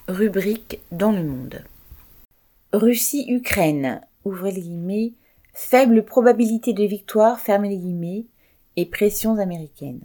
Rubrique dans le monde. Russie-Ukraine, ouvrez les guillemets, faible probabilité de victoire, fermez les guillemets, et pressions américaines.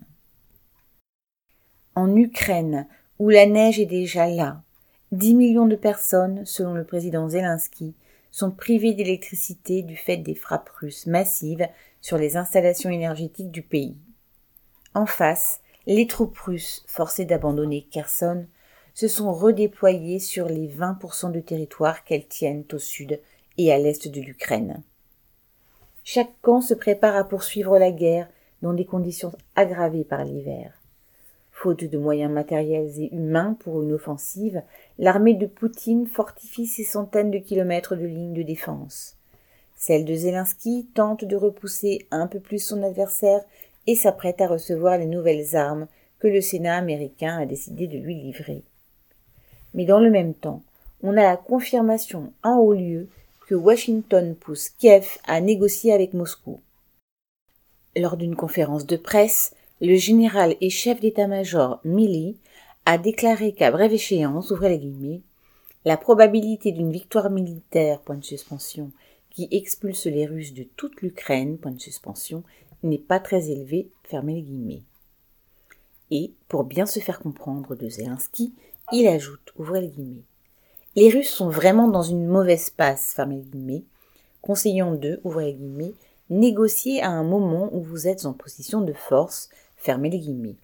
En Ukraine, où la neige est déjà là, 10 millions de personnes, selon le président Zelensky, sont privées d'électricité du fait des frappes russes massives sur les installations énergétiques du pays. En face, les troupes russes, forcées d'abandonner Kherson, se sont redéployées sur les 20% de territoire qu'elles tiennent au sud et à l'est de l'Ukraine. Chaque camp se prépare à poursuivre la guerre dans des conditions aggravées par l'hiver. Faute de moyens matériels et humains pour une offensive, l'armée de Poutine fortifie ses centaines de kilomètres de lignes de défense. Celle de Zelensky tente de repousser un peu plus son adversaire et s'apprête à recevoir les nouvelles armes que le Sénat américain a décidé de lui livrer. Mais dans le même temps, on a la confirmation en haut lieu que Washington pousse Kiev à négocier avec Moscou. Lors d'une conférence de presse, le général et chef d'état-major Milley a déclaré qu'à brève échéance, ouvrez les guillemets, la probabilité d'une victoire militaire, point de suspension, qui expulse les Russes de toute l'Ukraine, point de suspension, n'est pas très élevée, fermez les guillemets. Et, pour bien se faire comprendre de Zelensky, il ajoute, ouvrez les guillemets, les Russes sont vraiment dans une mauvaise passe, fermez les guillemets, conseillant d'eux, ouvrez les guillemets, négocier à un moment où vous êtes en position de force, fermez les guillemets.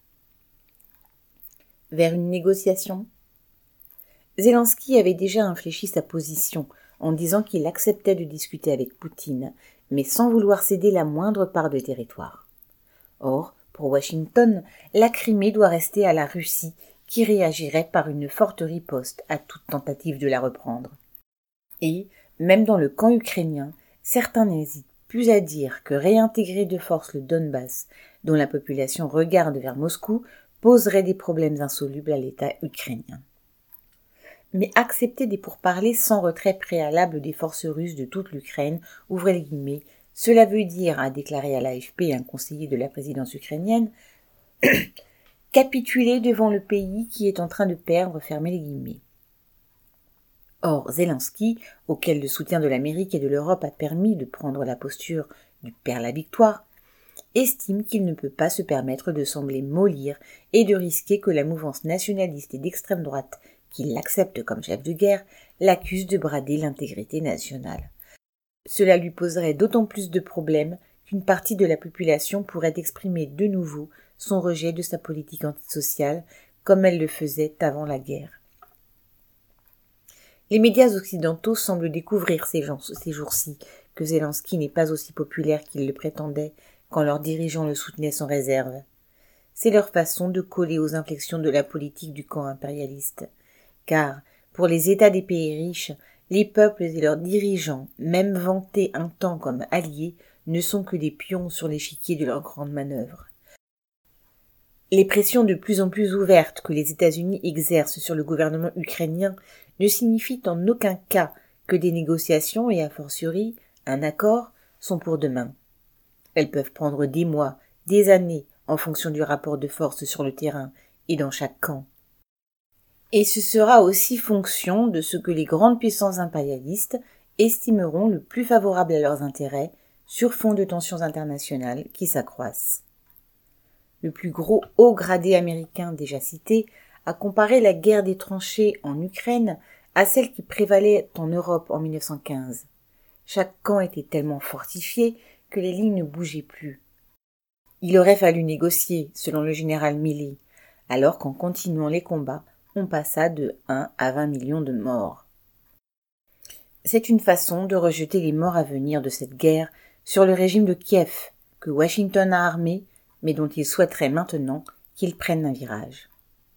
Vers une négociation ? Zelensky avait déjà infléchi sa position en disant qu'il acceptait de discuter avec Poutine, mais sans vouloir céder la moindre part de territoire. Or, pour Washington, la Crimée doit rester à la Russie, qui réagirait par une forte riposte à toute tentative de la reprendre. Et, même dans le camp ukrainien, certains n'hésitent plus à dire que réintégrer de force le Donbass, dont la population regarde vers Moscou, poserait des problèmes insolubles à l'État ukrainien. Mais accepter des pourparlers sans retrait préalable des forces russes de toute l'Ukraine, ouvrez les guillemets, cela veut dire, a déclaré à l'AFP un conseiller de la présidence ukrainienne, capituler devant le pays qui est en train de perdre, fermez les guillemets. Or, Zelensky, auquel le soutien de l'Amérique et de l'Europe a permis de prendre la posture du père la victoire, estime qu'il ne peut pas se permettre de sembler mollir et de risquer que la mouvance nationaliste et d'extrême droite, qui l'accepte comme chef de guerre, l'accuse de brader l'intégrité nationale. Cela lui poserait d'autant plus de problèmes qu'une partie de la population pourrait exprimer de nouveau son rejet de sa politique antisociale, comme elle le faisait avant la guerre. Les médias occidentaux semblent découvrir ces jours-ci que Zelensky n'est pas aussi populaire qu'ils le prétendaient quand leurs dirigeants le soutenaient sans réserve. C'est leur façon de coller aux inflexions de la politique du camp impérialiste. Car, pour les États des pays riches, les peuples et leurs dirigeants, même vantés un temps comme alliés, ne sont que des pions sur l'échiquier de leurs grandes manœuvres. Les pressions de plus en plus ouvertes que les États-Unis exercent sur le gouvernement ukrainien ne signifient en aucun cas que des négociations et a fortiori un accord sont pour demain. Elles peuvent prendre des mois, des années en fonction du rapport de force sur le terrain et dans chaque camp. Et ce sera aussi fonction de ce que les grandes puissances impérialistes estimeront le plus favorable à leurs intérêts sur fond de tensions internationales qui s'accroissent. Le plus gros haut gradé américain déjà cité a comparé la guerre des tranchées en Ukraine à celle qui prévalait en Europe en 1915. Chaque camp était tellement fortifié que les lignes ne bougeaient plus. Il aurait fallu négocier, selon le général Milley, alors qu'en continuant les combats, on passa de 1 à 20 millions de morts. C'est une façon de rejeter les morts à venir de cette guerre sur le régime de Kiev, que Washington a armé, mais dont il souhaiterait maintenant qu'il prenne un virage.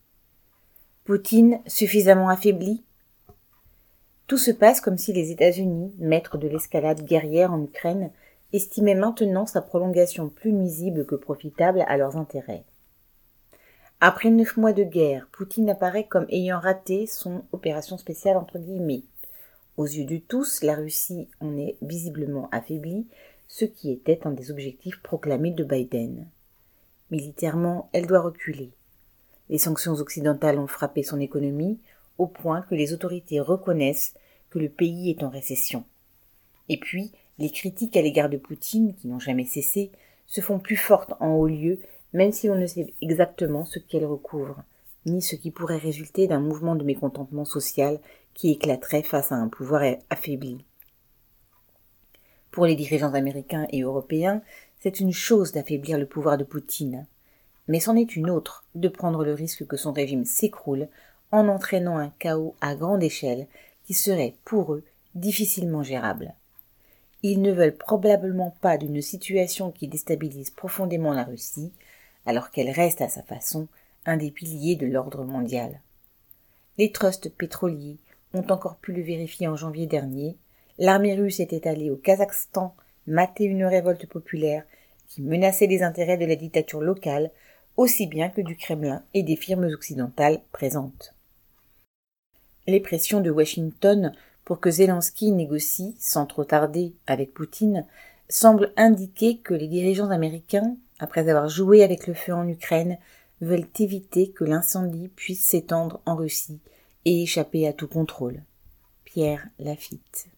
Poutine suffisamment affaibli ? Tout se passe comme si les États-Unis, maîtres de l'escalade guerrière en Ukraine, estimaient maintenant sa prolongation plus nuisible que profitable à leurs intérêts. Après 9 mois de guerre, Poutine apparaît comme ayant raté son opération spéciale entre guillemets. Aux yeux de tous, la Russie en est visiblement affaiblie, ce qui était un des objectifs proclamés de Biden. Militairement, elle doit reculer. Les sanctions occidentales ont frappé son économie, au point que les autorités reconnaissent que le pays est en récession. Et puis, les critiques à l'égard de Poutine, qui n'ont jamais cessé, se font plus fortes en haut lieu, même si l'on ne sait exactement ce qu'elles recouvrent, ni ce qui pourrait résulter d'un mouvement de mécontentement social qui éclaterait face à un pouvoir affaibli. Pour les dirigeants américains et européens, c'est une chose d'affaiblir le pouvoir de Poutine, mais c'en est une autre de prendre le risque que son régime s'écroule en entraînant un chaos à grande échelle qui serait, pour eux, difficilement gérable. Ils ne veulent probablement pas d'une situation qui déstabilise profondément la Russie, alors qu'elle reste à sa façon un des piliers de l'ordre mondial. Les trusts pétroliers ont encore pu le vérifier en janvier dernier. L'armée russe était allée au Kazakhstan mater une révolte populaire qui menaçait les intérêts de la dictature locale, aussi bien que du Kremlin et des firmes occidentales présentes. Les pressions de Washington pour que Zelensky négocie, sans trop tarder, avec Poutine, semblent indiquer que les dirigeants américains, après avoir joué avec le feu en Ukraine, veulent éviter que l'incendie puisse s'étendre en Russie et échapper à tout contrôle. Pierre Lafitte.